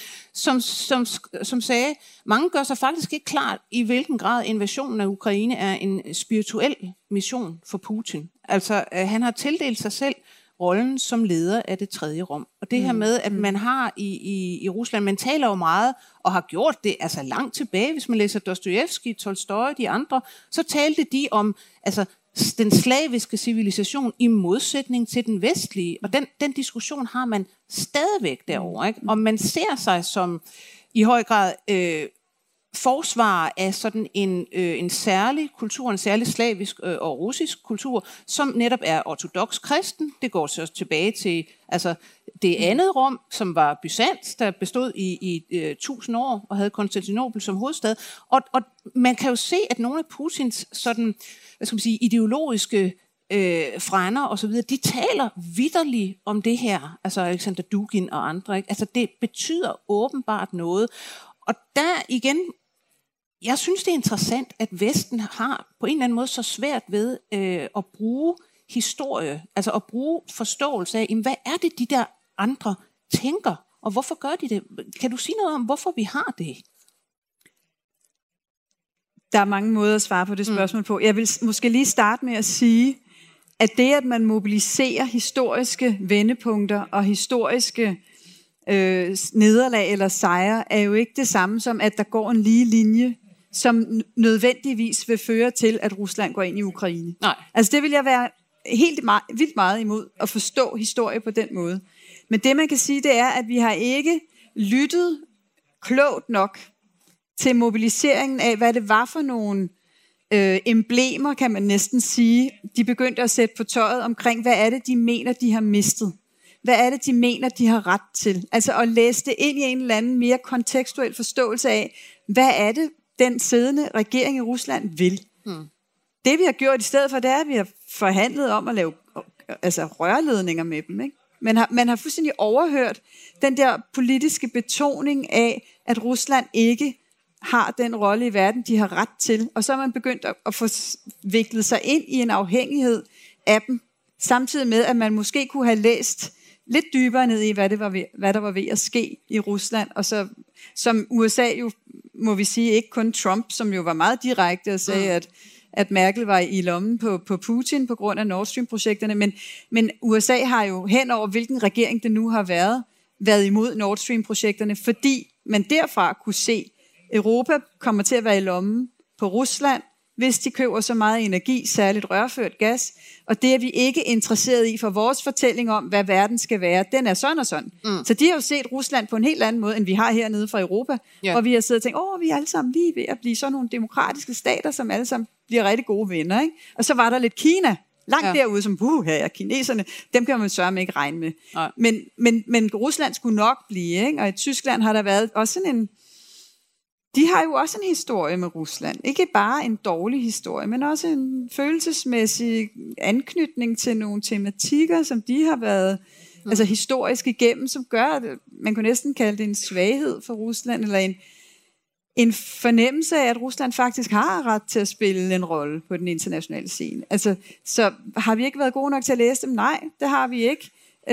som sagde, mange gør sig faktisk ikke klart, i hvilken grad invasionen af Ukraine er en spirituel mission for Putin. Altså, han har tildelt sig selv rollen som leder af det tredje Rom. Og det her med, at man har i Rusland, man taler jo meget, og har gjort det altså langt tilbage, hvis man læser Dostojevskij, Tolstoj, de andre, så talte de om altså, den slaviske civilisation i modsætning til den vestlige. Og den diskussion har man stadigvæk derovre. Ikke? Og man ser sig som i høj grad forsvar af sådan en særlig kultur, en særlig slavisk og russisk kultur, som netop er ortodoks kristen. Det går så tilbage til altså det andet Rom, som var Byzans, der bestod i 1000 år og havde Konstantinopel som hovedstad. Og man kan jo se, at nogle af Putins sådan, hvad skal man sige, ideologiske frænder og så videre, de taler vitterligt om det her. Altså Alexander Dugin og andre. Ikke? Altså det betyder åbenbart noget. Og der igen, jeg synes det er interessant, at Vesten har på en eller anden måde så svært ved at bruge historie, altså at bruge forståelse af, hvad er det de der andre tænker, og hvorfor gør de det? Kan du sige noget om, hvorfor vi har det?
Der er mange måder at svare på det spørgsmål på. Jeg vil måske lige starte med at sige, at det, at man mobiliserer historiske vendepunkter og historiske nederlag eller sejre, er jo ikke det samme som, at der går en lige linje, som nødvendigvis vil føre til, at Rusland går ind i Ukraine.
Nej.
Altså det vil jeg være vildt meget imod, at forstå historie på den måde. Men det man kan sige, det er, at vi har ikke lyttet klogt nok til mobiliseringen af, hvad det var for nogle emblemer, kan man næsten sige, de begyndte at sætte på tøjet omkring, hvad er det, de mener, de har mistet. Hvad er det, de mener, de har ret til? Altså at læse det ind i en eller anden mere kontekstuel forståelse af, hvad er det, den siddende regering i Rusland vil. Det vi har gjort i stedet for, det er, at vi har forhandlet om at lave rørledninger med dem. Ikke? Man har fuldstændig overhørt den der politiske betoning af, at Rusland ikke har den rolle i verden, de har ret til. Og så har man begyndt at få viklet sig ind i en afhængighed af dem, samtidig med, at man måske kunne have læst lidt dybere ned i, hvad der var ved at ske i Rusland. Og så, som USA jo, må vi sige, ikke kun Trump, som jo var meget direkte og sagde, at Merkel var i lommen på Putin på grund af Nord Stream-projekterne. Men USA har jo hen over, hvilken regering det nu har været imod Nord Stream-projekterne, fordi man derfra kunne se, Europa kommer til at være i lommen på Rusland, hvis de køber så meget energi, særligt rørført gas, og det er vi ikke interesseret i, for vores fortælling om, hvad verden skal være, den er sådan og sådan. Så de har jo set Rusland på en helt anden måde, end vi har hernede fra Europa, og vi har siddet og tænkt, vi er alle sammen lige ved at blive sådan nogle demokratiske stater, som alle sammen bliver rigtig gode venner, ikke? Og så var der lidt Kina, langt derude, som kineserne, dem kan man sørge med ikke regne med. Men Rusland skulle nok blive, ikke? Og i Tyskland har der været også sådan en, de har jo også en historie med Rusland. Ikke bare en dårlig historie, men også en følelsesmæssig anknytning til nogle tematikker, som de har været altså historisk igennem, som gør, at man kunne næsten kalde det en svaghed for Rusland, eller en fornemmelse af, at Rusland faktisk har ret til at spille en rolle på den internationale scene. Altså, så har vi ikke været gode nok til at læse dem? Nej, det har vi ikke.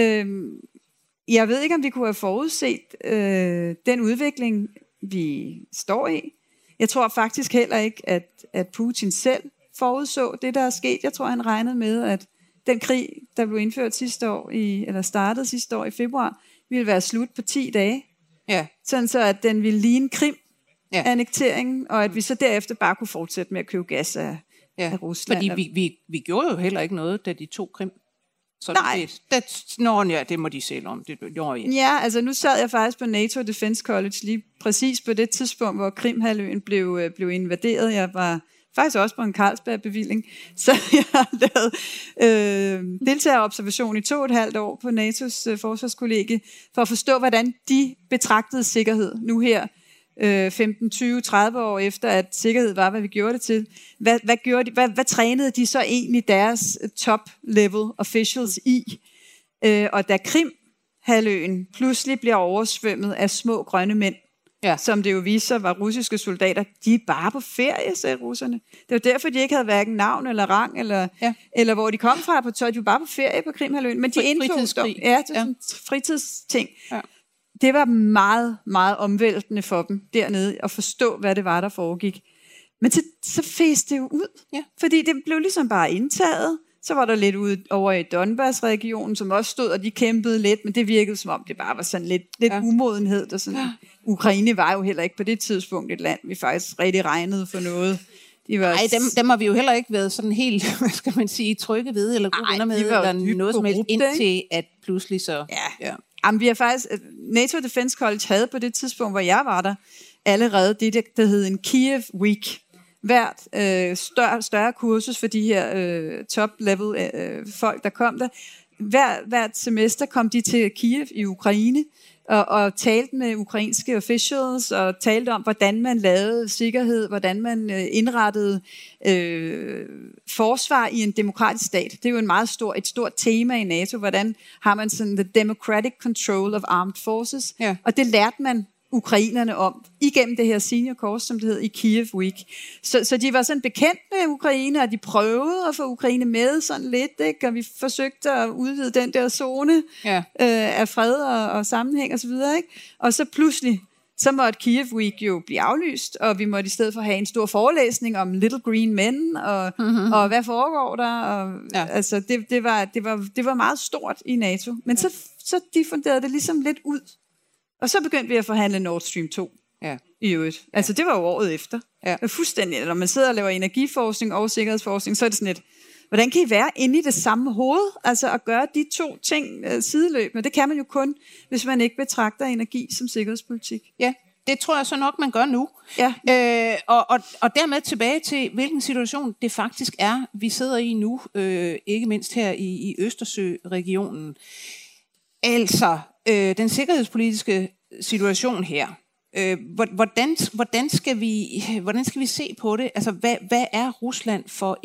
Jeg ved ikke, om vi kunne have forudset den udvikling, vi står i. Jeg tror faktisk heller ikke, at Putin selv forudså det, der er sket. Jeg tror, han regnede med, at den krig, der blev indført sidste år, eller startede sidste år i februar, ville være slut på 10 dage. Ja. Sådan så, at den ville ligne Krim-annekteringen, og at vi så derefter bare kunne fortsætte med at købe gas af Rusland.
Fordi vi gjorde jo heller ikke noget, da de tog Krim.
Nej.
Det må de selv om.
Ja, altså nu sad jeg faktisk på NATO Defense College lige præcis på det tidspunkt, hvor Krimhalvøen blev invaderet. Jeg var faktisk også på en Carlsberg-bevilling, så jeg har lavet deltagerobservation i 2,5 år på NATO's forsvarskollegie, for at forstå, hvordan de betragtede sikkerhed nu her, 15, 20, 30 år efter, at sikkerhed var, hvad vi gjorde det til. Hvad gjorde de? Hvad trænede de så egentlig deres top-level officials i? Og da Krimhalvøen pludselig bliver oversvømmet af små grønne mænd, som det jo viste sig var russiske soldater, de er bare på ferie, sagde russerne. Det var derfor, de ikke havde hverken navn eller rang, eller hvor de kom fra på tøj. De var bare på ferie på Krimhalvøen. Men de indtog sådan fritidsting. Ja. Det var meget, meget omvæltende for dem dernede, at forstå, hvad det var, der foregik. Men så fæste det jo ud, fordi det blev ligesom bare indtaget. Så var der lidt ude over i Donbass-regionen, som også stod, og de kæmpede lidt, men det virkede som om, det bare var sådan lidt umodenhed. Der sådan. Ukraine var jo heller ikke på det tidspunkt et land, vi faktisk rigtig regnede for noget.
Nej, dem har vi jo heller ikke været sådan helt, hvad skal man sige, trygge ved, eller gode venner med, eller noget som helst, indtil at pludselig så...
Ja. Jamen, vi har faktisk, NATO Defense College havde på det tidspunkt, hvor jeg var der, allerede det, der hed en Kiev Week. Hvert større kursus for de her top-level folk, der kom der. Hvert semester kom de til Kiev i Ukraine, og talte med ukrainske officials, og talte om, hvordan man lavede sikkerhed, hvordan man indrettede forsvar i en demokratisk stat. Det er jo et stort tema i NATO. Hvordan har man sådan the democratic control of armed forces? Ja. Og det lærte man ukrainerne om, igennem det her senior course, som det hed, i Kiev Week. Så de var sådan bekendt med Ukraine, og de prøvede at få Ukraine med sådan lidt, ikke? Og vi forsøgte at udvide den der zone af fred og sammenhæng og så videre, ikke? Og så pludselig, så måtte Kiev Week jo blive aflyst, og vi måtte i stedet for have en stor forelæsning om Little Green Men, og hvad foregår der? Og, altså, det var meget stort i NATO. Men så diffunderede det ligesom lidt ud. Og så begyndte vi at forhandle Nord Stream 2 i øvrigt. Altså det var jo året efter. Fuldstændig. Når man sidder og laver energiforskning og sikkerhedsforskning, så er det sådan lidt, hvordan kan I være inde i det samme hoved? Altså at gøre de to ting sideløbende. Det kan man jo kun, hvis man ikke betragter energi som sikkerhedspolitik.
Ja, det tror jeg så nok, man gør nu. Ja. Og dermed tilbage til, hvilken situation det faktisk er, vi sidder i nu, ikke mindst her i Østersø-regionen. Altså, den sikkerhedspolitiske situation her, hvordan skal vi se på det? Altså, hvad er Rusland for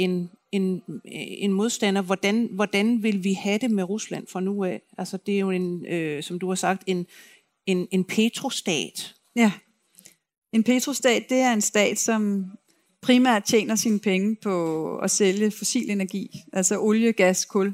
en modstander? Hvordan vil vi have det med Rusland fra nu af? Altså, det er jo som du har sagt, en petrostat.
Ja, en petrostat, det er en stat, som primært tjener sine penge på at sælge fossil energi, altså olie, gas, kul.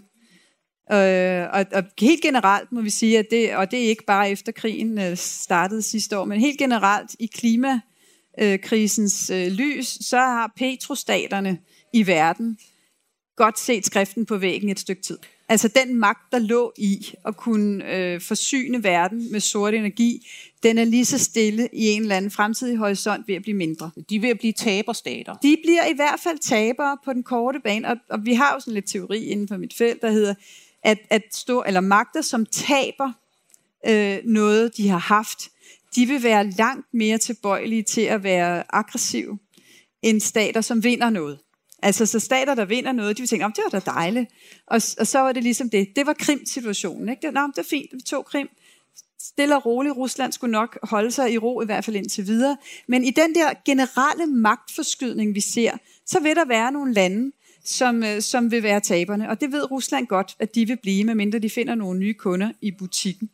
Og helt generelt må vi sige, at det er ikke bare efter krigen startede sidste år, men helt generelt i klimakrisens lys, så har petrostaterne i verden godt set skriften på væggen et stykke tid. Altså den magt, der lå i at kunne forsyne verden med sort energi, den er lige så stille i en eller anden fremtidig horisont ved at blive mindre.
De er ved at blive taberstater.
De bliver i hvert fald tabere på den korte bane, og vi har jo sådan lidt teori inden for mit felt, der hedder, at magter, som taber noget, de har haft, de vil være langt mere tilbøjelige til at være aggressive, end stater, som vinder noget. Altså så stater, der vinder noget, de vil tænke, det var da dejligt. Og så var det ligesom det. Det var Krim-situationen. Ikke? Det var fint, vi tog Krim. Stille og roligt. Rusland skulle nok holde sig i ro, i hvert fald indtil videre. Men i den der generelle magtforskydning, vi ser, så vil der være nogle lande, som vil være taberne. Og det ved Rusland godt, at de vil blive, medmindre de finder nogle nye kunder i butikken.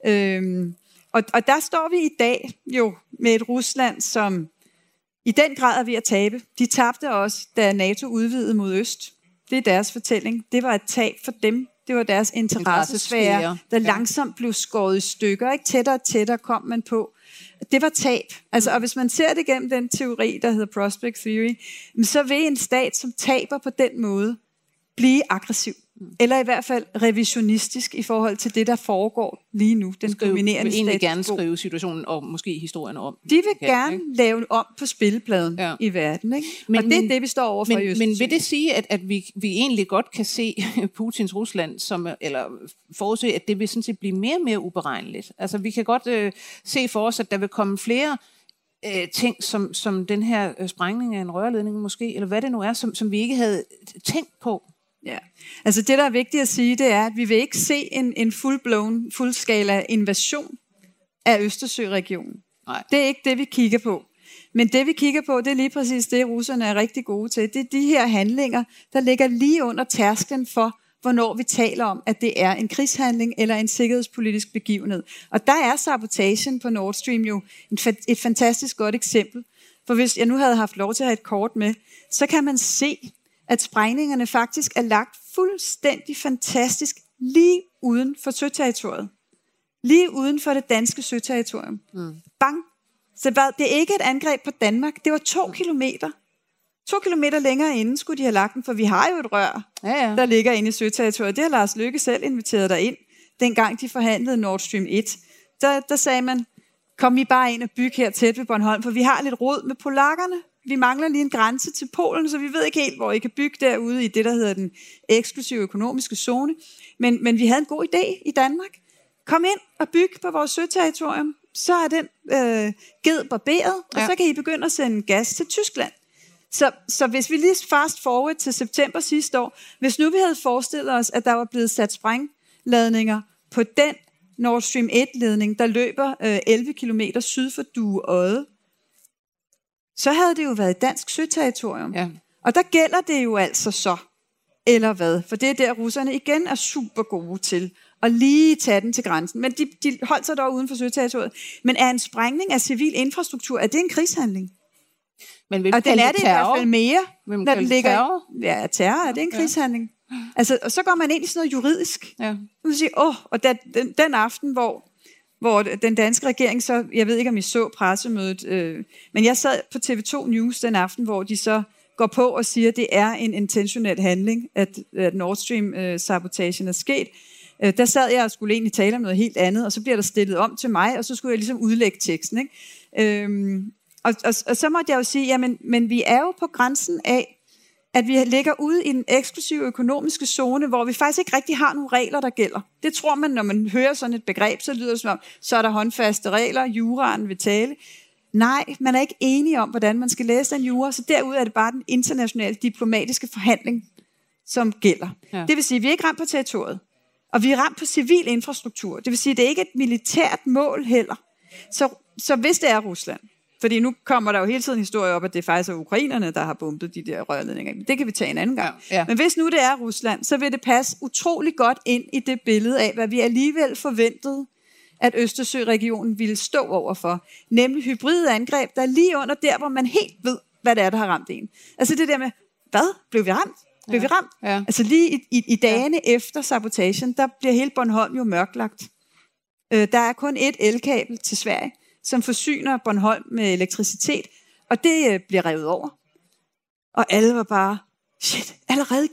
Og der står vi i dag jo med et Rusland, som i den grad er ved at tabe. De tabte også, da NATO udvidede mod øst. Det er deres fortælling. Det var et tab for dem. Det var deres interessesfære, der langsomt blev skåret i stykker. Ikke? Tættere og tættere kom man på. Det var tab. Altså, og hvis man ser det gennem den teori, der hedder Prospect Theory, så vil en stat, som taber på den måde, blive aggressiv. Eller i hvert fald revisionistisk i forhold til det, der foregår lige nu. Den dominerende
vil egentlig gerne skrive situationen og måske historien om.
De vil gerne lave om på spillepladen i verden. Ikke? Og det er det, vi står overfor i Østersøen.
Men vil det sige, at vi egentlig godt kan se Putins Rusland, eller forudse, at det vil sådan set blive mere og mere uberegneligt? Altså vi kan godt se for os, at der vil komme flere ting, som den her sprængning af en rørledning måske, eller hvad det nu er, som vi ikke havde tænkt på.
Ja, altså det, der er vigtigt at sige, det er, at vi vil ikke se en fuldskala invasion af Østersøregionen.
Nej.
Det er ikke det, vi kigger på. Men det, vi kigger på, det er lige præcis det, russerne er rigtig gode til. Det er de her handlinger, der ligger lige under tærsklen for, hvornår vi taler om, at det er en krigshandling eller en sikkerhedspolitisk begivenhed. Og der er sabotagen på Nord Stream jo et fantastisk godt eksempel. For hvis jeg nu havde haft lov til at have et kort med, så kan man se, at sprængningerne faktisk er lagt fuldstændig fantastisk lige uden for søterritoriet. Lige uden for det danske søterritorium. Bang! Så det er ikke et angreb på Danmark. Det var 2 kilometer. 2 kilometer længere inden skulle de have lagt den, for vi har jo et rør, der ligger inde i søterritoriet. Det har Lars Løkke selv inviteret dig ind, dengang de forhandlede Nord Stream 1. Der sagde man, kom I bare ind og bygge her tæt ved Bornholm, for vi har lidt rod med polakkerne. Vi mangler lige en grænse til Polen, så vi ved ikke helt, hvor I kan bygge derude i det, der hedder den eksklusive økonomiske zone. Men vi havde en god idé i Danmark. Kom ind og byg på vores søterritorium, så er den ged barberet, og så kan I begynde at sende gas til Tyskland. Så hvis vi lige fast forward til september sidste år, hvis nu vi havde forestillet os, at der var blevet sat sprængladninger på den Nord Stream 1-ledning, der løber 11 kilometer syd for Dueodde, så havde det jo været dansk søterritorium. Ja. Og der gælder det jo altså så, eller hvad? For det er der, russerne igen er super gode til at lige tage den til grænsen. Men de holdt sig dog uden for søterritoriet. Men er en sprængning af civil infrastruktur, er det en krigshandling?
Men
og den er det i hvert fald mere,
når
den ligger... Terror? Ja, terror, er det en krigshandling? Altså, og så går man ind i sådan noget juridisk. Ja. Du vil sige, og den aften, hvor den danske regering så, jeg ved ikke, om I så pressemødet, men jeg sad på TV2 News den aften, hvor de så går på og siger, at det er en intentionel handling, at Nord Stream-sabotagen er sket. Der sad jeg og skulle egentlig tale om noget helt andet, og så bliver der stillet om til mig, og så skulle jeg ligesom udlægge teksten. Ikke? Og så måtte jeg jo sige, jamen, men vi er jo på grænsen af, at vi ligger ude i den eksklusive økonomiske zone, hvor vi faktisk ikke rigtig har nogle regler, der gælder. Det tror man, når man hører sådan et begreb, så lyder det som om, så er der håndfaste regler, juraen vil tale. Nej, man er ikke enige om, hvordan man skal læse den jura, så derude er det bare den internationale diplomatiske forhandling, som gælder. Ja. Det vil sige, at vi er ikke ramt på territoriet, og vi er ramt på civil infrastruktur. Det vil sige, at det er ikke et militært mål heller. Så hvis det er Rusland, fordi nu kommer der jo hele tiden historie op, at det faktisk er ukrainerne, der har bombet de der rørledninger. Det kan vi tage en anden gang. Ja. Men hvis nu det er Rusland, så vil det passe utrolig godt ind i det billede af, hvad vi alligevel forventede, at Østersøregionen ville stå overfor. Nemlig hybride angreb, der er lige under der, hvor man helt ved, hvad det er, der har ramt en. Altså det der med, hvad? Blev vi ramt? Blev vi ramt? Ja. Altså lige i dagene efter sabotagen, der bliver hele Bornholm jo mørklagt. Der er kun et elkabel til Sverige, som forsyner Bornholm med elektricitet, og det bliver revet over. Og alle var bare, shit, allerede igen?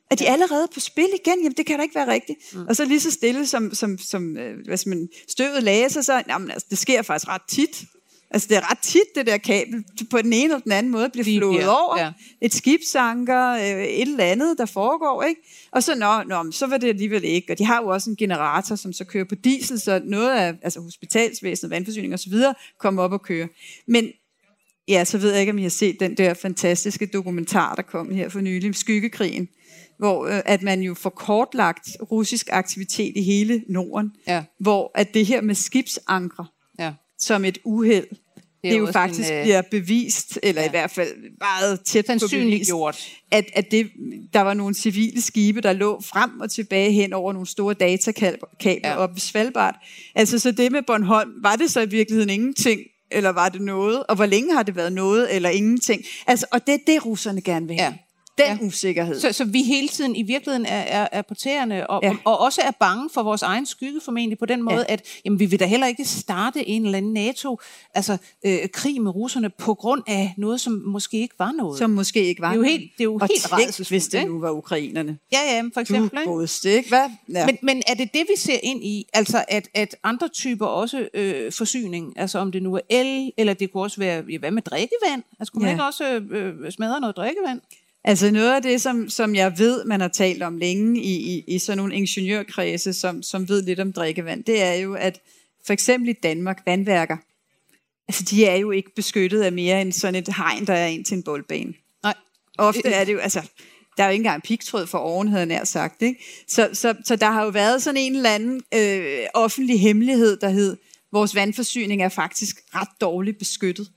Er de allerede på spil igen? Jamen, det kan da ikke være rigtigt. Og så lige så stille, som hvad skal man, støvet lagde sig, så jamen, altså, det sker faktisk ret tit. Altså, det er ret tit, det der kabel på den ene eller den anden måde bliver flået over. Ja. Et skibsanker, et eller andet, der foregår, ikke? Og så, så var det alligevel ikke. Og de har jo også en generator, som så kører på diesel, så noget af altså hospitalsvæsenet, vandforsyning og så videre, kommer op og kører. Men ja, så ved jeg ikke, om I har set den der fantastiske dokumentar, der kom her for nylig, Skyggekrigen, hvor at man jo får kortlagt russisk aktivitet i hele Norden, hvor at det her med skibsankre, som et uheld, det jo faktisk bliver bevist, eller i hvert fald meget tæt på bevist, at der var nogle civile skibe, der lå frem og tilbage hen over nogle store datakabler op ved Svalbard. Altså, så det med Bornholm, var det så i virkeligheden ingenting, eller var det noget? Og hvor længe har det været noget, eller ingenting? Altså, og det er det, russerne gerne vil have. Den usikkerhed.
Så vi hele tiden i virkeligheden er på tæerne, og også er bange for vores egen skygge formentlig på den måde, at jamen, vi vil da heller ikke starte en eller anden NATO-krig med russerne på grund af noget, som måske ikke var noget.
Som måske ikke var noget.
Det er jo helt rædselsfuldt,
hvis det nu var ukrainerne.
Ja, for eksempel.
Ikke? Hvad? Ja.
Men er det, vi ser ind i, altså at andre typer også forsyning, altså om det nu er el, eller det kunne også være, hvad med drikkevand? Altså kunne man ikke også smadre noget drikkevand?
Altså noget af det, som jeg ved, man har talt om længe i sådan nogle ingeniørkredse, som ved lidt om drikkevand, det er jo, at for eksempel i Danmark, vandværker, altså de er jo ikke beskyttet af mere end sådan et hegn, der er ind til en boldbane.
Nej.
Ofte er det jo, altså, der er jo ikke engang pigtråd for oven, havde jeg nær sagt, ikke? Så der har jo været sådan en eller anden offentlig hemmelighed, der hed, vores vandforsyning er faktisk ret dårligt beskyttet.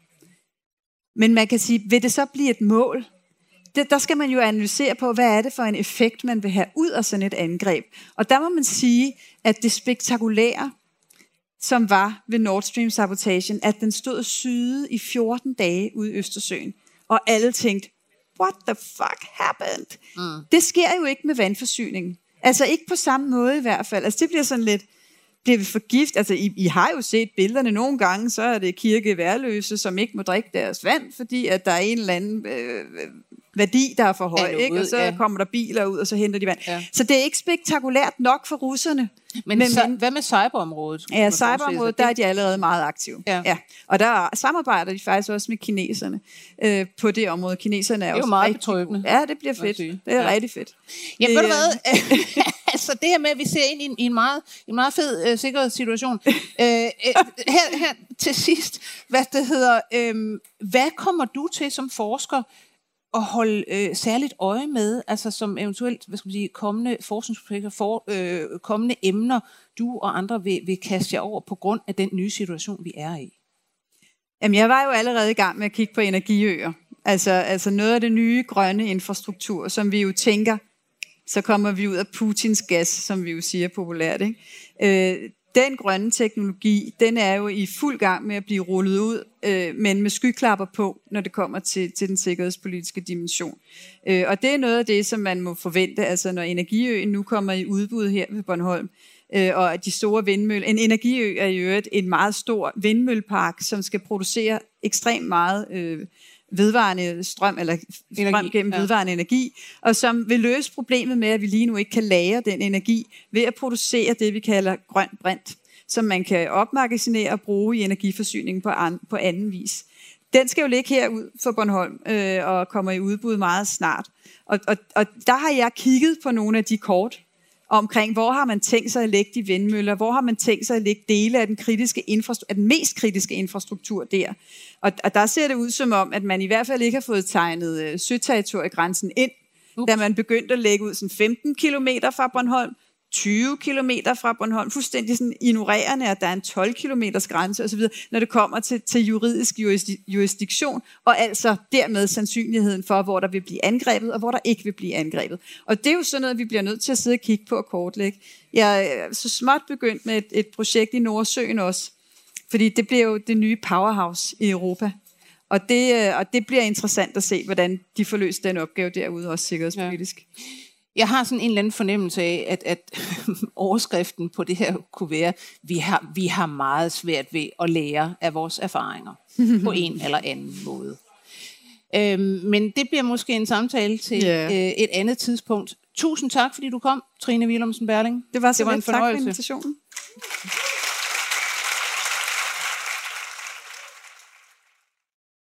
Men man kan sige, vil det så blive et mål? Der skal man jo analysere på, hvad er det for en effekt, man vil have ud af sådan et angreb. Og der må man sige, at det spektakulære, som var ved Nord Stream-sabotagen, at den stod og syede i 14 dage ude i Østersøen. Og alle tænkte, what the fuck happened? Det sker jo ikke med vandforsyningen. Altså ikke på samme måde i hvert fald. Altså det bliver sådan lidt, bliver vi forgift? Altså I har jo set billederne nogle gange, så er det kirkeværløse, som ikke må drikke deres vand, fordi at der er en eller anden værdi, der er for høj, ikke? Og så kommer der biler ud, og så henter de vand. Ja. Så det er ikke spektakulært nok for russerne.
Men hvad med cyberområdet?
Ja, cyberområdet, der er de allerede meget aktive. Ja. Og der samarbejder de faktisk også med kineserne på det område. Kineserne er jo meget betryggende. Ja, det bliver fedt. Det er rigtig fedt.
Jamen, ved du hvad? Altså det her med, at vi ser ind i en meget fed sikkerhedssituation. Her til sidst, hvad kommer du til som forsker at holde særligt øje med, altså som eventuelt, kommende forskningsprojekter, kommende emner, du og andre vil kaste jer over på grund af den nye situation, vi er i?
Jamen, jeg var jo allerede i gang med at kigge på energiøer. Altså noget af det nye grønne infrastruktur, som vi jo tænker, så kommer vi ud af Putins gas, som vi jo siger populært, ikke? Den grønne teknologi, den er jo i fuld gang med at blive rullet ud, men med skyklapper på, når det kommer til den sikkerhedspolitiske dimension. Og det er noget af det, som man må forvente, altså når Energiøen nu kommer i udbud her ved Bornholm, og de store vindmøller. En energiø er i øvrigt en meget stor vindmøllepark, som skal producere ekstremt meget vedvarende strøm, eller strøm gennem vedvarende energi, og som vil løse problemet med, at vi lige nu ikke kan lagre den energi ved at producere det, vi kalder grøn brint, som man kan opmagasinere og bruge i energiforsyningen på anden vis. Den skal jo ligge herud for Bornholm, og kommer i udbud meget snart. Og der har jeg kigget på nogle af de kort, omkring, hvor har man tænkt sig at lægge de vindmøller, hvor har man tænkt sig at lægge dele af den mest kritiske infrastruktur der. Og der ser det ud som om, at man i hvert fald ikke har fået tegnet søterritoriegrænsen ind, da man begyndte at lægge ud sådan 15 kilometer fra Bornholm, 20 kilometer fra Bornholm, fuldstændig sådan ignorerende, at der er en 12 kilometers grænse osv., når det kommer til juridisk jurisdiktion, og altså dermed sandsynligheden for, hvor der vil blive angrebet, og hvor der ikke vil blive angrebet. Og det er jo sådan noget, vi bliver nødt til at sidde og kigge på og kortlægge. Jeg er så småt begyndt med et projekt i Nordsøen også, fordi det bliver jo det nye powerhouse i Europa. Og det bliver interessant at se, hvordan de får løst den opgave derude, også sikkerhedspolitisk. Ja.
Jeg har sådan en eller anden fornemmelse af, at overskriften på det her kunne være, vi har meget svært ved at lære af vores erfaringer på en eller anden måde. Men det bliver måske en samtale til et andet tidspunkt. Tusind tak, fordi du kom, Trine Willumsen Berling.
Det var så
en
lidt. Tak for
fornøjelse.
invitationen.